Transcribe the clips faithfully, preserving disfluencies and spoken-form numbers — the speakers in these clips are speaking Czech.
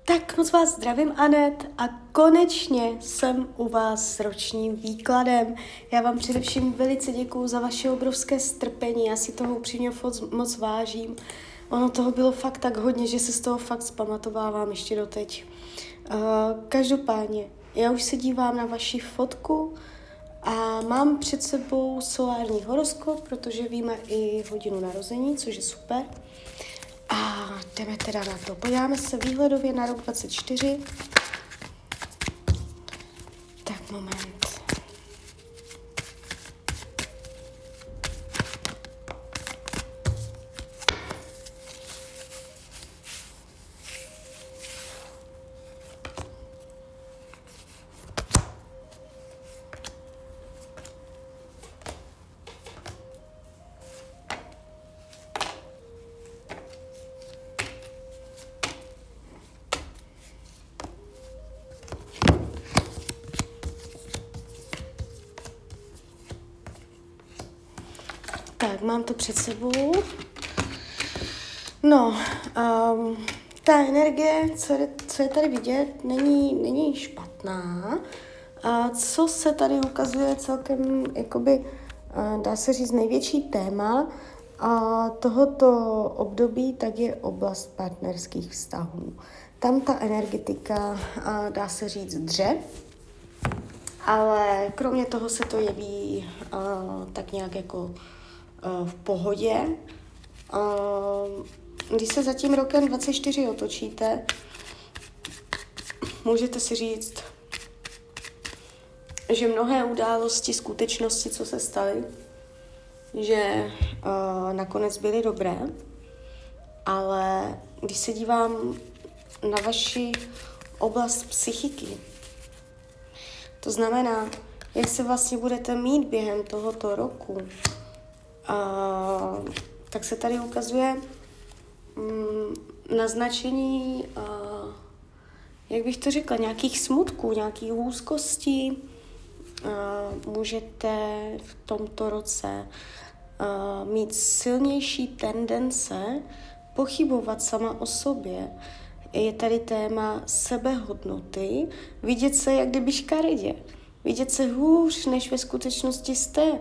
Tak moc vás zdravím, Anet, a konečně jsem u vás s ročním výkladem. Já vám především velice děkuju za vaše obrovské strpení, já si toho upřímně moc, moc vážím. Ono toho bylo fakt tak hodně, že se z toho fakt zpamatovávám ještě doteď. Uh, každopádně, já už se dívám na vaši fotku a mám před sebou solární horoskop, protože víme i hodinu narození, což je super. A jdeme teda na to. Podíváme se výhledově na rok dvacet čtyři. Tak moment. Tak, mám to před sebou. No, um, ta energie, co je, co je tady vidět, není, není špatná. A co se tady ukazuje celkem, jakoby, dá se říct, největší téma a tohoto období, tak je oblast partnerských vztahů. Tam ta energetika, dá se říct, dře, ale kromě toho se to jeví tak nějak jako v pohodě. Když se za tím rokem dvacet čtyři otočíte, můžete si říct, že mnohé události, skutečnosti, co se staly, že nakonec byly dobré, ale když se dívám na vaši oblast psychiky, to znamená, jak se vlastně budete mít během tohoto roku, Uh, tak se tady ukazuje um, naznačení, uh, jak bych to řekla, nějakých smutků, nějakých úzkostí. Uh, můžete v tomto roce uh, mít silnější tendence pochybovat sama o sobě. Je tady téma sebehodnoty, vidět se jak kdyby škaredě, vidět se hůř, než ve skutečnosti jste.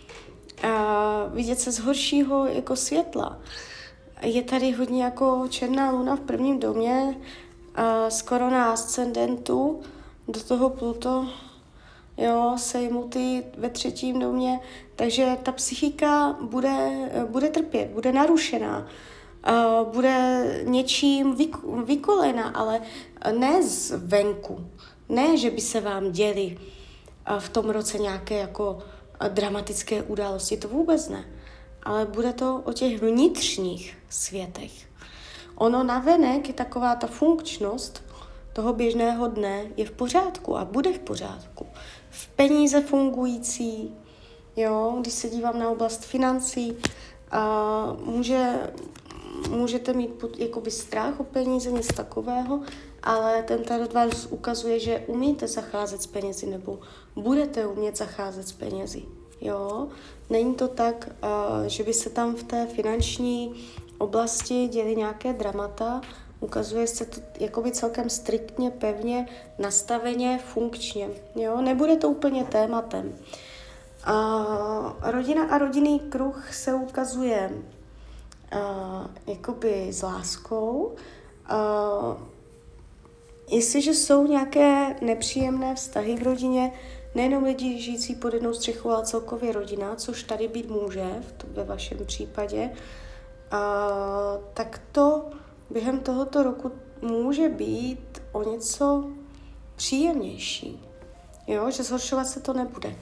A vidět se z horšího jako světla. Je tady hodně jako černá luna v prvním domě, a skoro na ascendentu, do toho Pluto, jo, sejmutý ve třetím domě, takže ta psychika bude, bude trpět, bude narušená, a bude něčím vyk- vykolena, ale ne zvenku, ne, že by se vám děly v tom roce nějaké jako dramatické události, to vůbec ne. Ale bude to o těch vnitřních světech. Ono navenek je taková ta funkčnost toho běžného dne je v pořádku a bude v pořádku. V peníze fungující, jo, když se dívám na oblast financí, a může, můžete mít jakoby strach o peníze, něco takového, ale ten tarot vás ukazuje, že umíte zacházet s penězi nebo budete umět zacházet s penězi. Jo? Není to tak, uh, že by se tam v té finanční oblasti děly nějaké dramata. Ukazuje se to jakoby celkem striktně, pevně, nastaveně, funkčně. Jo? Nebude to úplně tématem. Uh, rodina a rodinný kruh se ukazuje uh, jakoby s láskou. Uh, Jestliže jsou nějaké nepříjemné vztahy v rodině, nejenom lidi žijící pod jednou střechou, ale celkově rodina, což tady být může ve vašem případě, a, tak to během tohoto roku může být o něco příjemnější. Jo, že zhoršovat se to nebude.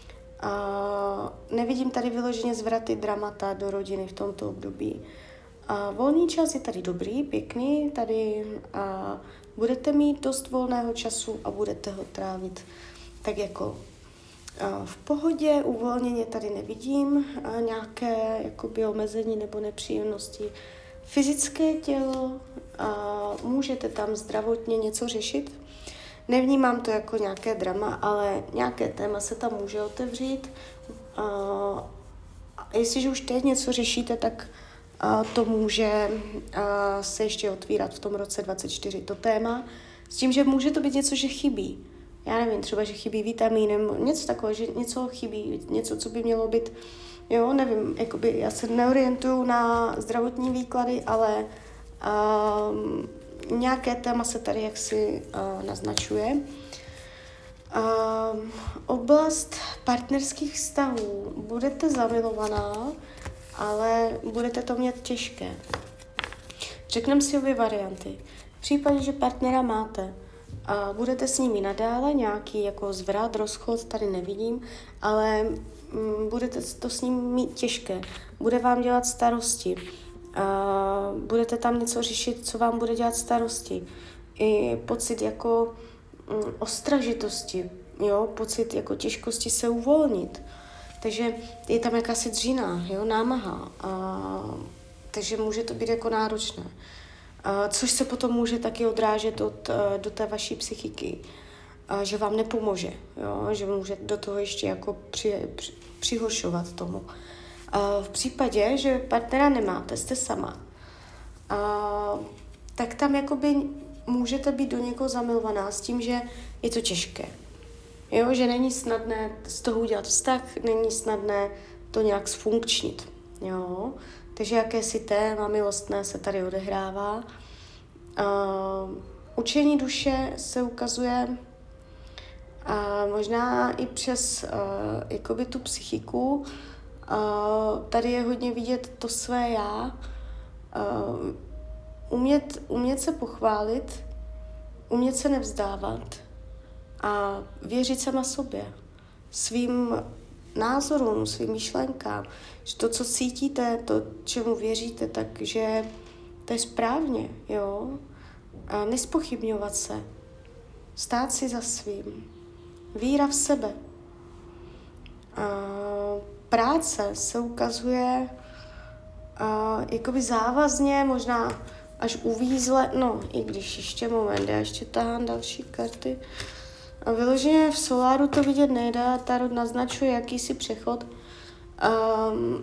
A, nevidím tady vyloženě zvraty, dramata do rodiny v tomto období. A volný čas je tady dobrý, pěkný, tady a budete mít dost volného času a budete ho trávit tak jako a v pohodě, uvolněně tady nevidím a nějaké jakoby omezení nebo nepříjemnosti. Fyzické tělo, a můžete tam zdravotně něco řešit. Nevnímám to jako nějaké drama, ale nějaké téma se tam může otevřít. A jestliže už teď něco řešíte, tak a to může a, se ještě otvírat v tom roce dvacet čtyři to téma, s tím, že může to být něco, že chybí. Já nevím, třeba, že chybí vitamíny, něco takové, že něco chybí, něco, co by mělo být, jo, nevím, jakoby já se neorientuju na zdravotní výklady, ale um, nějaké téma se tady jaksi uh, naznačuje. Um, oblast partnerských vztahů. Budete zamilovaná, ale budete to mít těžké. Řekneme si obě varianty. V případě, že partnera máte, a budete s nimi nadále, nějaký jako zvrat, rozchod, tady nevidím, ale mm, budete to s ním mít těžké. Bude vám dělat starosti. A budete tam něco řešit, co vám bude dělat starosti. I pocit jako mm, ostražitosti, jo? Pocit jako těžkosti se uvolnit. Takže je tam jakási dřina, jo? Námaha. A, takže může to být jako náročné. Uh, což se potom může taky odrážet od, uh, do té vaší psychiky, uh, že vám nepomůže, jo? Že může do toho ještě jako při, při, přihoršovat tomu. Uh, v případě, že partnera nemáte, jste sama, uh, tak tam jakoby můžete být do někoho zamilovaná s tím, že je to těžké. Jo? Že není snadné z toho udělat vztah, není snadné to nějak zfunkčnit. Jo? Takže jakési téma milostné se tady odehrává. Uh, učení duše se ukazuje uh, možná i přes uh, jakoby tu psychiku. Uh, tady je hodně vidět to své já. Uh, umět, umět se pochválit, umět se nevzdávat a věřit sama sobě, svým názorům, svým myšlenkám, že to, co cítíte, to, čemu věříte, takže to je správně, jo. A nespochybňovat se, stát si za svým, víra v sebe. A práce se ukazuje a jakoby závazně, možná až uvízle, no i když ještě moment, já ještě tahám další karty. A vyloženě v soláru to vidět nejde, tarot naznačuje jakýsi přechod. Um,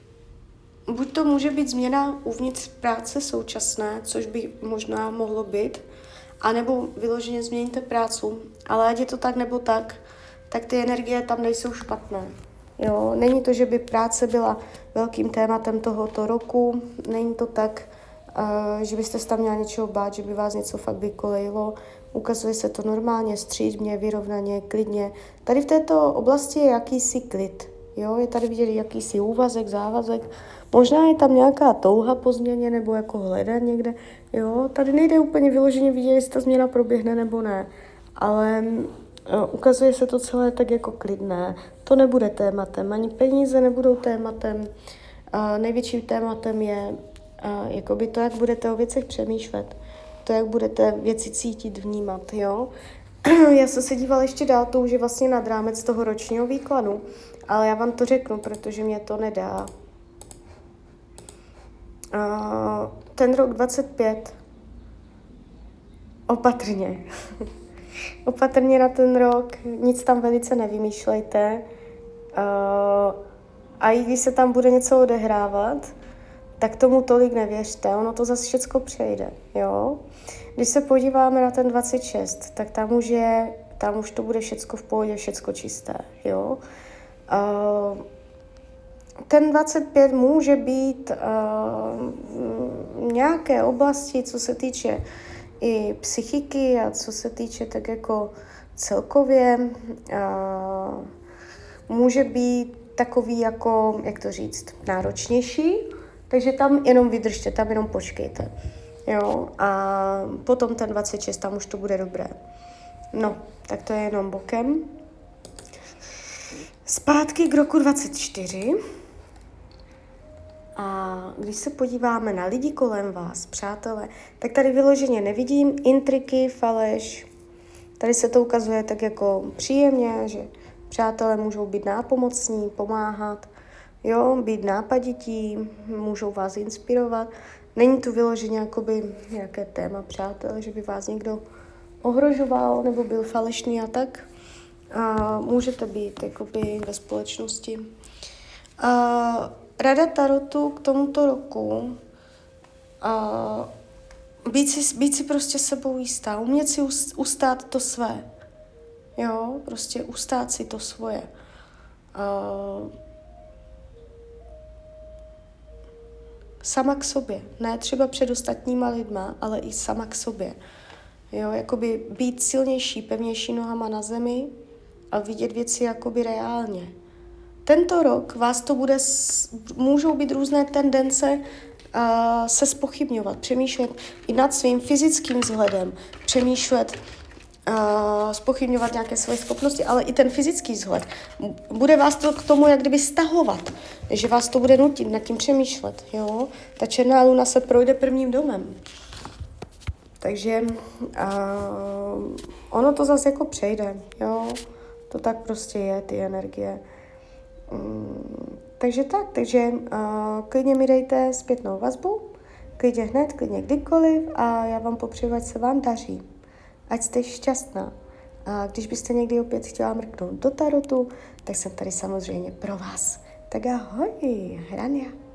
buď to může být změna uvnitř práce současné, což by možná mohlo být, anebo vyloženě změníte prácu. Ale ať je to tak nebo tak, tak ty energie tam nejsou špatné. Jo? Není to, že by práce byla velkým tématem tohoto roku, není to tak, uh, že byste se tam měla něčeho bát, že by vás něco fakt vykolejilo. Ukazuje se to normálně, střídmě, vyrovnaně, klidně. Tady v této oblasti je jakýsi klid. Jo? Je tady vidět jakýsi úvazek, závazek. Možná je tam nějaká touha po změně nebo jako hledat někde. Jo? Tady nejde úplně vyloženě vidět, jestli ta změna proběhne nebo ne. Ale uh, ukazuje se to celé tak jako klidné. To nebude tématem. Ani peníze nebudou tématem. Uh, největším tématem je uh, jakoby to, jak budete o věcech přemýšlet. To, jak budete věci cítit, vnímat, jo. Já jsem se dívala ještě dál, to už je vlastně nad rámec toho ročního výkladu, ale já vám to řeknu, protože mě to nedá. Uh, ten rok dvacet pět. Opatrně. Opatrně na ten rok, nic tam velice nevymýšlejte. Uh, a i když se tam bude něco odehrávat, tak tomu tolik nevěřte, ono to zase všecko přejde, jo. Když se podíváme na ten dvacet šest, tak tam už je, tam už to bude všecko v pohodě, všecko čisté, jo. Uh, ten dvacet pět může být uh, nějaké oblasti, co se týče i psychiky a co se týče tak jako celkově, uh, může být takový jako, jak to říct, náročnější. Takže tam jenom vydržte, tam jenom počkejte. Jo? A potom ten dvacet šest, tam už to bude dobré. No, tak to je jenom bokem. Zpátky k roku dvacet čtyři. A když se podíváme na lidi kolem vás, přátelé, tak tady vyloženě nevidím intriky, faleš. Tady se to ukazuje tak jako příjemně, že přátelé můžou být nápomocní, pomáhat, jo, být nápadití, můžou vás inspirovat. Není tu vyloženě jakoby nějaké téma, přátel, že by vás někdo ohrožoval nebo byl falešný a tak. A můžete být jakoby ve společnosti. A rada tarotu k tomuto roku, a být si, být si prostě sebou jistá, umět si ustát to své, jo, prostě ustát si to svoje. A sama k sobě, ne třeba před ostatníma lidma, ale i sama k sobě. Jo, jakoby být silnější, pevnější nohama na zemi a vidět věci jakoby reálně. Tento rok vás to bude, můžou být různé tendence uh, se zpochybňovat, přemýšlet i nad svým fyzickým vzhledem, přemýšlet, uh, zpochybňovat nějaké své schopnosti, ale i ten fyzický vzhled. Bude vás to k tomu jak kdyby stahovat, že vás to bude nutit nad tím přemýšlet. Jo? Ta černá luna se projde prvním domem. Takže uh, ono to zase jako přejde, jo? To tak prostě je, ty energie. Um, takže tak, takže uh, klidně mi dejte zpětnou vazbu, klidně hned, klidně kdykoliv a já vám popřeju, ať se vám daří, ať jste šťastná. A když byste někdy opět chtěla mrknout do tarotu, tak jsem tady samozřejmě pro vás. Tak ahoj, Hrania.